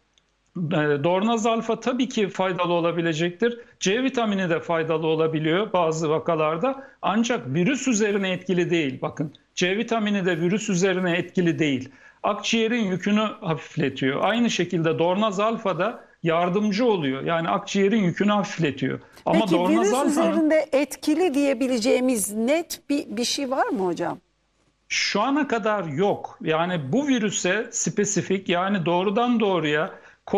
Dornaz alfa tabii ki faydalı olabilecektir. C vitamini de faydalı olabiliyor bazı vakalarda. Ancak virüs üzerine etkili değil. Bakın, C vitamini de virüs üzerine etkili değil. Akciğerin yükünü hafifletiyor. Aynı şekilde Dornaz alfa da yardımcı oluyor. Yani akciğerin yükünü hafifletiyor. Ama Peki Dornaz virüs üzerinde etkili diyebileceğimiz net bir şey var mı hocam? şu ana kadar yok. Yani bu virüse spesifik, yani doğrudan doğruya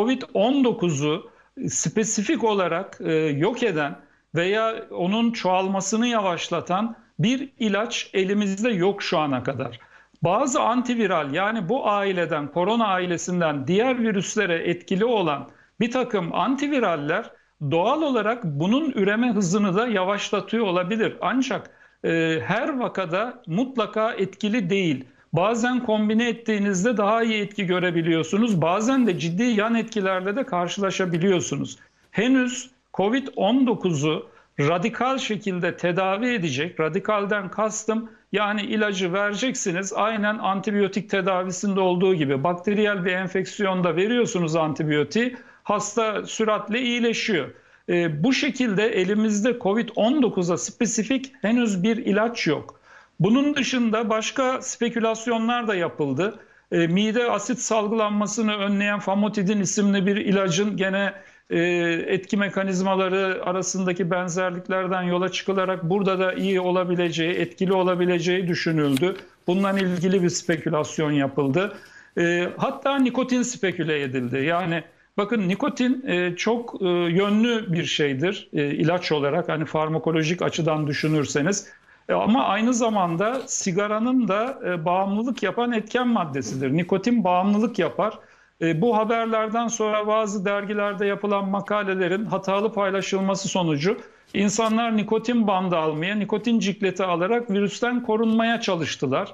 COVID-19'u spesifik olarak yok eden veya onun çoğalmasını yavaşlatan bir ilaç elimizde yok şu ana kadar. Bazı antiviral, yani bu aileden, korona ailesinden diğer virüslere etkili olan bir takım antiviraller doğal olarak bunun üreme hızını da yavaşlatıyor olabilir. Ancak her vakada mutlaka etkili değil. Bazen kombine ettiğinizde daha iyi etki görebiliyorsunuz. Bazen de ciddi yan etkilerle de karşılaşabiliyorsunuz. Henüz COVID-19'u radikal şekilde tedavi edecek, radikalden kastım yani ilacı vereceksiniz, aynen antibiyotik tedavisinde olduğu gibi bakteriyel bir enfeksiyonda veriyorsunuz antibiyotiği, hasta süratle iyileşiyor. Bu şekilde elimizde COVID-19'a spesifik henüz bir ilaç yok. Bunun dışında başka spekülasyonlar da yapıldı. Mide asit salgılanmasını önleyen Famotidin isimli bir ilacın gene etki mekanizmaları arasındaki benzerliklerden yola çıkılarak burada da iyi olabileceği, etkili olabileceği düşünüldü. Bununla ilgili bir spekülasyon yapıldı. Hatta nikotin speküle edildi. Yani bakın, nikotin çok yönlü bir şeydir ilaç olarak, hani farmakolojik açıdan düşünürseniz. Ama aynı zamanda sigaranın da bağımlılık yapan etken maddesidir. Nikotin bağımlılık yapar. Bu haberlerden sonra bazı dergilerde yapılan makalelerin hatalı paylaşılması sonucu insanlar nikotin bandı almaya, nikotin cikleti alarak virüsten korunmaya çalıştılar.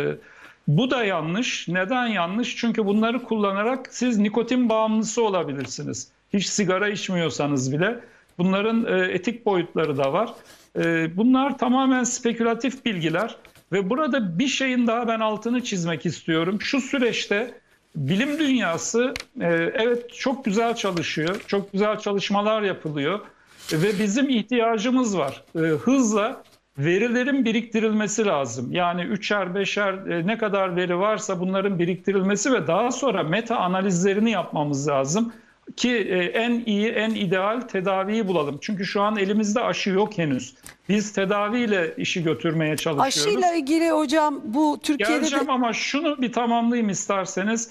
Bu da yanlış. Neden yanlış? Çünkü bunları kullanarak siz nikotin bağımlısı olabilirsiniz. Hiç sigara içmiyorsanız bile. Bunların etik boyutları da var. Bunlar tamamen spekülatif bilgiler ve burada bir şeyin daha ben altını çizmek istiyorum. Şu süreçte bilim dünyası evet çok güzel çalışıyor, çok güzel çalışmalar yapılıyor ve bizim ihtiyacımız var. Hızla verilerin biriktirilmesi lazım. Yani üçer, beşer ne kadar veri varsa bunların biriktirilmesi ve daha sonra meta analizlerini yapmamız lazım. ki en iyi, en ideal tedaviyi bulalım. Çünkü şu an elimizde aşı yok henüz. Biz tedaviyle işi götürmeye çalışıyoruz. Aşıyla ilgili hocam bu Türkiye'de Geleceğim de... ama şunu bir tamamlayayım isterseniz.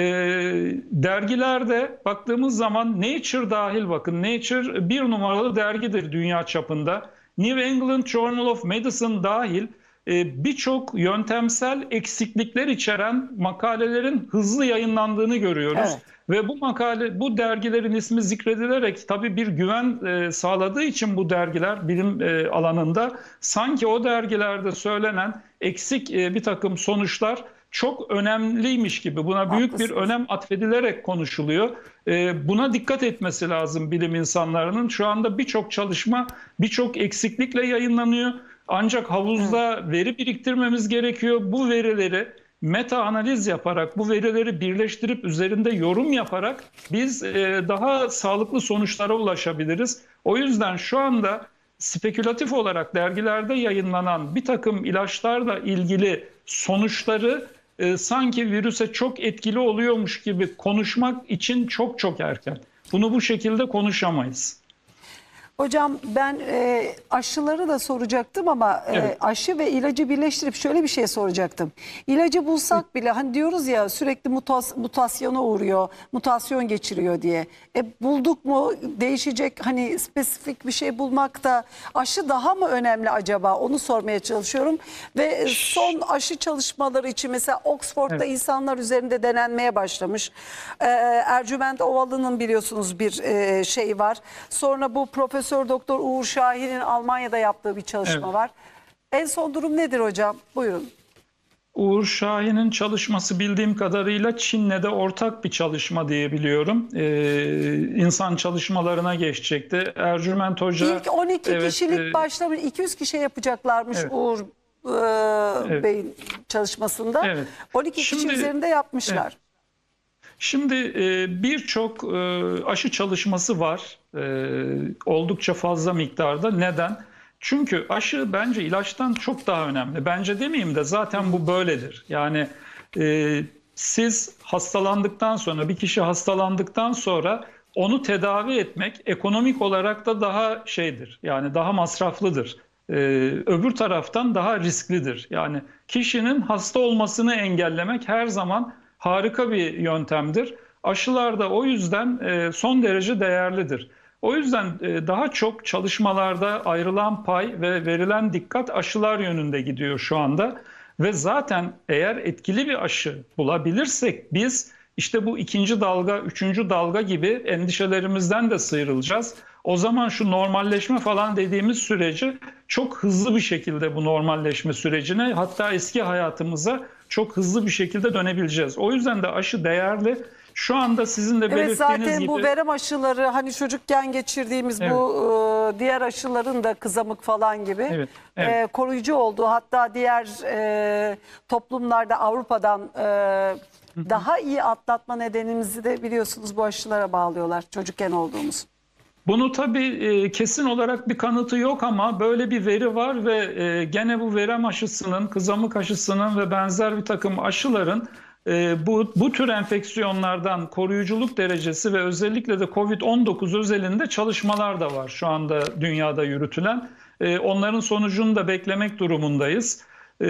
Dergilerde baktığımız zaman Nature dahil, bakın Nature bir numaralı dergidir dünya çapında. New England Journal of Medicine dahil birçok yöntemsel eksiklikler içeren makalelerin hızlı yayınlandığını görüyoruz. Evet. Ve bu dergilerin ismi zikredilerek tabii bir güven sağladığı için bu dergiler bilim alanında, sanki o dergilerde söylenen eksik bir takım sonuçlar çok önemliymiş gibi, buna büyük bir önem atfedilerek konuşuluyor. Buna dikkat etmesi lazım bilim insanlarının. Şu anda birçok çalışma birçok eksiklikle yayınlanıyor. Ancak havuzda veri biriktirmemiz gerekiyor. Bu verileri meta analiz yaparak, bu verileri birleştirip üzerinde yorum yaparak biz daha sağlıklı sonuçlara ulaşabiliriz. O yüzden şu anda spekülatif olarak dergilerde yayınlanan bir takım ilaçlarla ilgili sonuçları sanki virüse çok etkili oluyormuş gibi konuşmak için çok çok erken. Bunu bu şekilde konuşamayız. Hocam ben aşıları da soracaktım ama Evet. aşı ve ilacı birleştirip şöyle bir şey soracaktım. İlacı bulsak bile hani diyoruz ya sürekli mutasyona uğruyor, mutasyon geçiriyor diye. Bulduk mu değişecek, hani spesifik bir şey bulmakta aşı daha mı önemli acaba, onu sormaya çalışıyorum. Ve son aşı çalışmaları için mesela Oxford'da Evet. insanlar üzerinde denenmeye başlamış. Ercüment Ovalı'nın biliyorsunuz bir şey var. Sonra bu Profesör Doktor Uğur Şahin'in Almanya'da yaptığı bir çalışma Evet. var. En son durum nedir hocam? Buyurun. Uğur Şahin'in çalışması bildiğim kadarıyla Çin'le de ortak bir çalışma diye biliyorum. İnsan çalışmalarına geçecekti. Ercüment Hoca... İlk 12 evet, kişilik başlamış, 200 kişi yapacaklarmış evet. Uğur Evet. Bey'in çalışmasında. Evet. 12 kişi Şimdi- üzerinde yapmışlar. Evet. Şimdi birçok aşı çalışması var. Oldukça fazla miktarda. Neden? Çünkü aşı bence ilaçtan çok daha önemli. Bence demeyeyim de zaten bu böyledir. Yani siz hastalandıktan sonra, bir kişi hastalandıktan sonra onu tedavi etmek ekonomik olarak da daha şeydir. Yani daha masraflıdır. Öbür taraftan daha risklidir. Yani kişinin hasta olmasını engellemek her zaman harika bir yöntemdir. Aşılar da o yüzden son derece değerlidir. O yüzden daha çok çalışmalarda ayrılan pay ve verilen dikkat aşılar yönünde gidiyor şu anda. Ve zaten eğer etkili bir aşı bulabilirsek biz işte bu ikinci dalga, üçüncü dalga gibi endişelerimizden de sıyrılacağız. O zaman şu normalleşme falan dediğimiz süreci çok hızlı bir şekilde, bu normalleşme sürecine, hatta eski hayatımıza çok hızlı bir şekilde dönebileceğiz. O yüzden de aşı değerli. Şu anda sizin de Evet, belirttiğiniz zaten gibi... bu verem aşıları, hani çocukken geçirdiğimiz Evet. bu diğer aşıların da kızamık falan gibi Evet, evet. koruyucu olduğu, hatta diğer toplumlarda Avrupa'dan daha iyi atlatma nedenimizi de biliyorsunuz bu aşılara bağlıyorlar, çocukken olduğumuz. Bunu tabii kesin olarak bir kanıtı yok ama böyle bir veri var ve gene bu verem aşısının, kızamık aşısının ve benzer bir takım aşıların bu tür enfeksiyonlardan koruyuculuk derecesi ve özellikle de COVID-19 özelinde çalışmalar da var şu anda dünyada yürütülen. Onların sonucunu da beklemek durumundayız.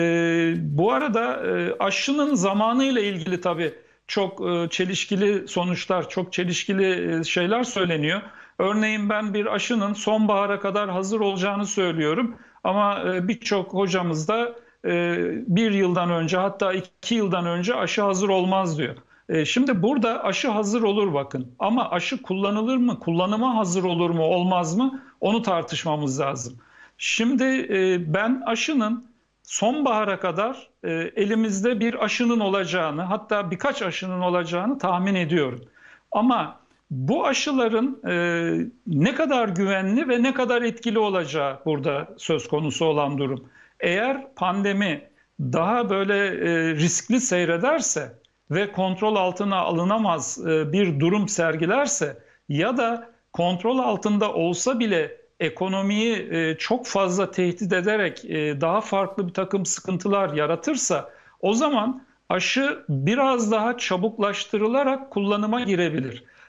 Bu arada aşının zamanıyla ilgili tabii çok çelişkili sonuçlar, çok çelişkili şeyler söyleniyor. Örneğin ben bir aşının sonbahara kadar hazır olacağını söylüyorum. Ama birçok hocamız da bir yıldan önce, hatta 2 yıldan önce aşı hazır olmaz diyor. Şimdi burada aşı hazır olur bakın. Ama aşı kullanılır mı, kullanıma hazır olur mu, olmaz mı? Onu tartışmamız lazım. Şimdi ben aşının sonbahara kadar elimizde bir aşının olacağını, hatta birkaç aşının olacağını tahmin ediyorum. Ama bu aşıların ne kadar güvenli ve ne kadar etkili olacağı burada söz konusu olan durum. Eğer pandemi daha böyle riskli seyrederse ve kontrol altına alınamaz bir durum sergilerse ya da kontrol altında olsa bile ekonomiyi çok fazla tehdit ederek daha farklı bir takım sıkıntılar yaratırsa, o zaman aşı biraz daha çabuklaştırılarak kullanıma girebilir.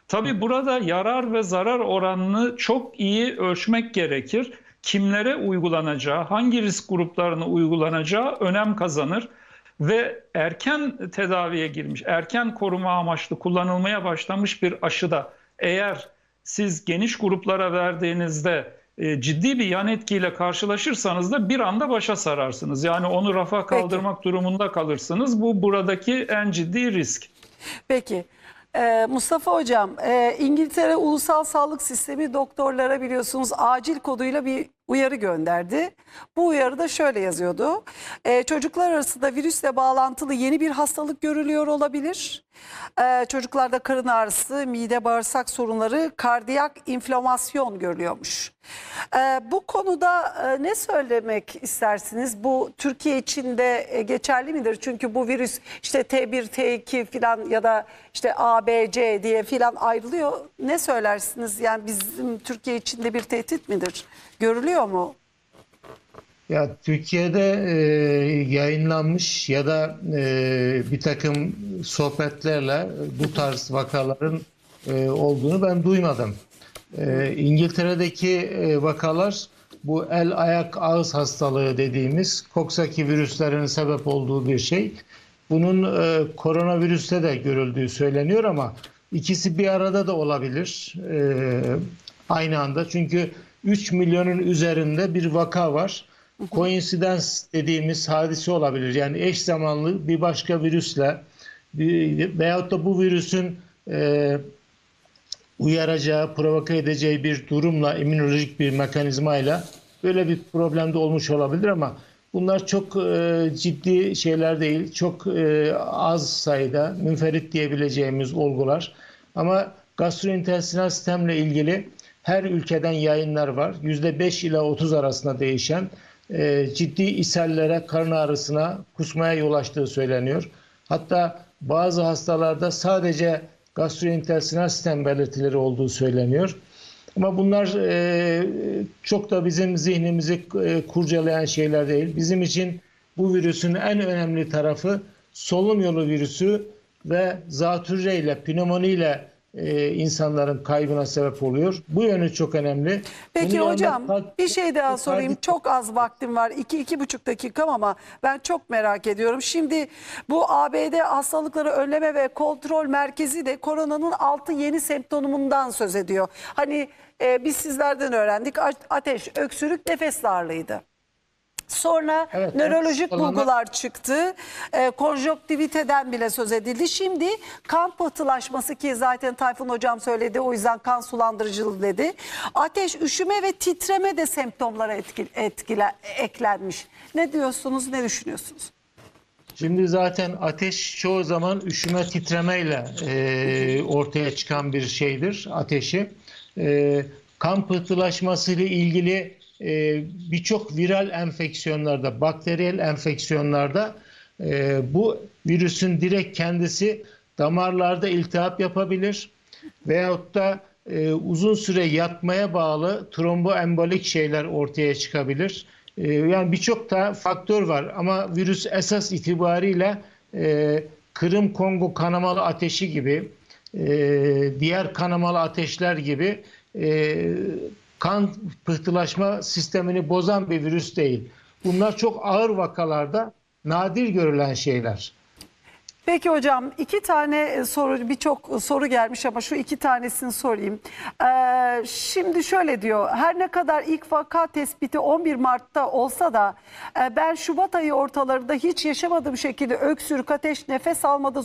Tabii burada yarar ve zarar oranını çok iyi ölçmek gerekir. Kimlere uygulanacağı, hangi risk gruplarına uygulanacağı önem kazanır. Ve erken tedaviye girmiş, erken koruma amaçlı kullanılmaya başlamış bir aşıda eğer siz geniş gruplara verdiğinizde ciddi bir yan etkiyle karşılaşırsanız da bir anda başa sararsınız. Yani onu rafa kaldırmak durumunda kalırsınız. Bu buradaki en ciddi risk. Peki. Mustafa Hocam, İngiltere Ulusal Sağlık Sistemi doktorlara biliyorsunuz acil koduyla bir uyarı gönderdi. Bu uyarıda şöyle yazıyordu. Çocuklar arasında virüsle bağlantılı yeni bir hastalık görülüyor olabilir. Çocuklarda karın ağrısı, mide bağırsak sorunları, kardiyak inflamasyon görülüyormuş. Bu konuda ne söylemek istersiniz? Bu Türkiye için de geçerli midir? Çünkü bu virüs işte T1, T2 falan ya da işte A, B, C diye falan ayrılıyor. Ne söylersiniz? Yani bizim Türkiye için de bir tehdit midir? Görülüyor mu? Ya Türkiye'de yayınlanmış ya da bir takım sohbetlerle bu tarz vakaların olduğunu ben duymadım. İngiltere'deki vakalar bu el, ayak, ağız hastalığı dediğimiz Coxsackie virüslerinin sebep olduğu bir şey. Bunun koronavirüste de görüldüğü söyleniyor ama ikisi bir arada da olabilir aynı anda. Çünkü 3 milyonun üzerinde bir vaka var. Koinsidans dediğimiz hadise olabilir. Yani eş zamanlı bir başka virüsle veyahut da bu virüsün uyaracağı, provoke edeceği bir durumla, immünolojik bir mekanizmayla böyle bir problem de olmuş olabilir ama bunlar çok ciddi şeyler değil. Çok az sayıda münferit diyebileceğimiz olgular. Ama gastrointestinal sistemle ilgili her ülkeden yayınlar var. %5 ila 30 arasında değişen ciddi ishallere, karın ağrısına, kusmaya yol açtığı söyleniyor. Hatta bazı hastalarda sadece gastrointestinal sistem belirtileri olduğu söyleniyor. Ama bunlar çok da bizim zihnimizi kurcalayan şeyler değil. Bizim için bu virüsün en önemli tarafı solunum yolu virüsü ve zatürre ile, pnömoni ile insanların kaybına sebep oluyor. Bu yönü çok önemli. Peki Bunun hocam yanında bir şey daha sorayım. Çok az vaktim var. 2-2,5 dakikam ama ben çok merak ediyorum. Şimdi bu ABD Hastalıkları Önleme ve Kontrol Merkezi de koronanın 6 yeni semptomundan söz ediyor. Hani biz sizlerden öğrendik. Ateş, öksürük, nefes darlığıydı. Sonra Evet, nörolojik evet, bulgular çıktı. Konjonktiviteden bile söz edildi. Şimdi kan pıhtılaşması ki zaten Tayfun Hocam söyledi. O yüzden kan sulandırıcılığı dedi. Ateş, üşüme ve titreme de semptomlara eklenmiş. Ne diyorsunuz, ne düşünüyorsunuz? Şimdi zaten ateş çoğu zaman üşüme titremeyle ortaya çıkan bir şeydir ateşi. Kan pıhtılaşması ile ilgili birçok viral enfeksiyonlarda, bakteriyel enfeksiyonlarda bu virüsün direkt kendisi damarlarda iltihap yapabilir veyahut da uzun süre yatmaya bağlı tromboembolik şeyler ortaya çıkabilir. Yani birçok da faktör var ama virüs esas itibariyle Kırım Kongo kanamalı ateşi gibi, diğer kanamalı ateşler gibi kan pıhtılaşma sistemini bozan bir virüs değil. Bunlar çok ağır vakalarda nadir görülen şeyler. Peki hocam 2 tane soru, birçok soru gelmiş ama şu 2 tanesini sorayım. Şimdi şöyle diyor, her ne kadar ilk vaka tespiti 11 Mart'ta olsa da ben Şubat ayı ortalarında hiç yaşamadığım şekilde öksürük, ateş, nefes almada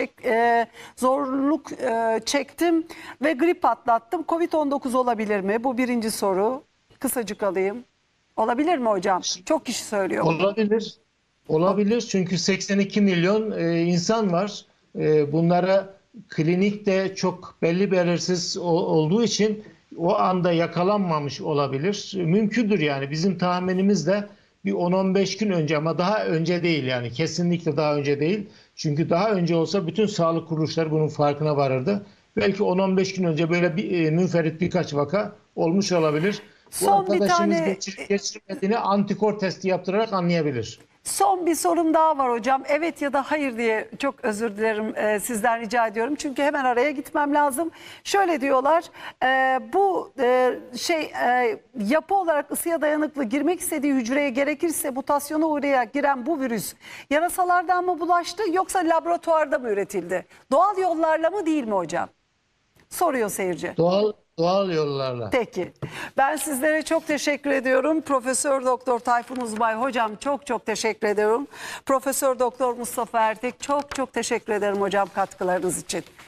zorluk çektim ve grip atlattım. Covid-19 olabilir mi? Bu birinci soru. Kısacık alayım. Olabilir mi hocam? Çok kişi söylüyor. Olabilir. Olabilir çünkü 82 milyon insan var. Bunlara klinikte çok belli belirsiz olduğu için o anda yakalanmamış olabilir. Mümkündür yani bizim tahminimiz de bir 10-15 gün önce ama daha önce değil yani kesinlikle daha önce değil. Çünkü daha önce olsa bütün sağlık kuruluşları bunun farkına varırdı. Belki 10-15 gün önce böyle bir münferit birkaç vaka olmuş olabilir. Bu Son bir arkadaşımız tane geçirmediğini antikor testi yaptırarak anlayabilir. Son bir sorum daha var hocam. Evet ya da hayır diye çok özür dilerim, sizden rica ediyorum. Çünkü hemen araya gitmem lazım. Şöyle diyorlar, bu yapı olarak ısıya dayanıklı girmek istediği hücreye gerekirse mutasyona uğrayarak giren bu virüs yarasalardan mı bulaştı yoksa laboratuvarda mı üretildi? Doğal yollarla mı değil mi hocam? Soruyor seyirci. Doğal yollarla. Peki. Ben sizlere çok teşekkür ediyorum. Profesör Doktor Tayfun Uzbay hocam çok teşekkür ediyorum. Profesör Doktor Mustafa Ertek çok teşekkür ederim hocam katkılarınız için.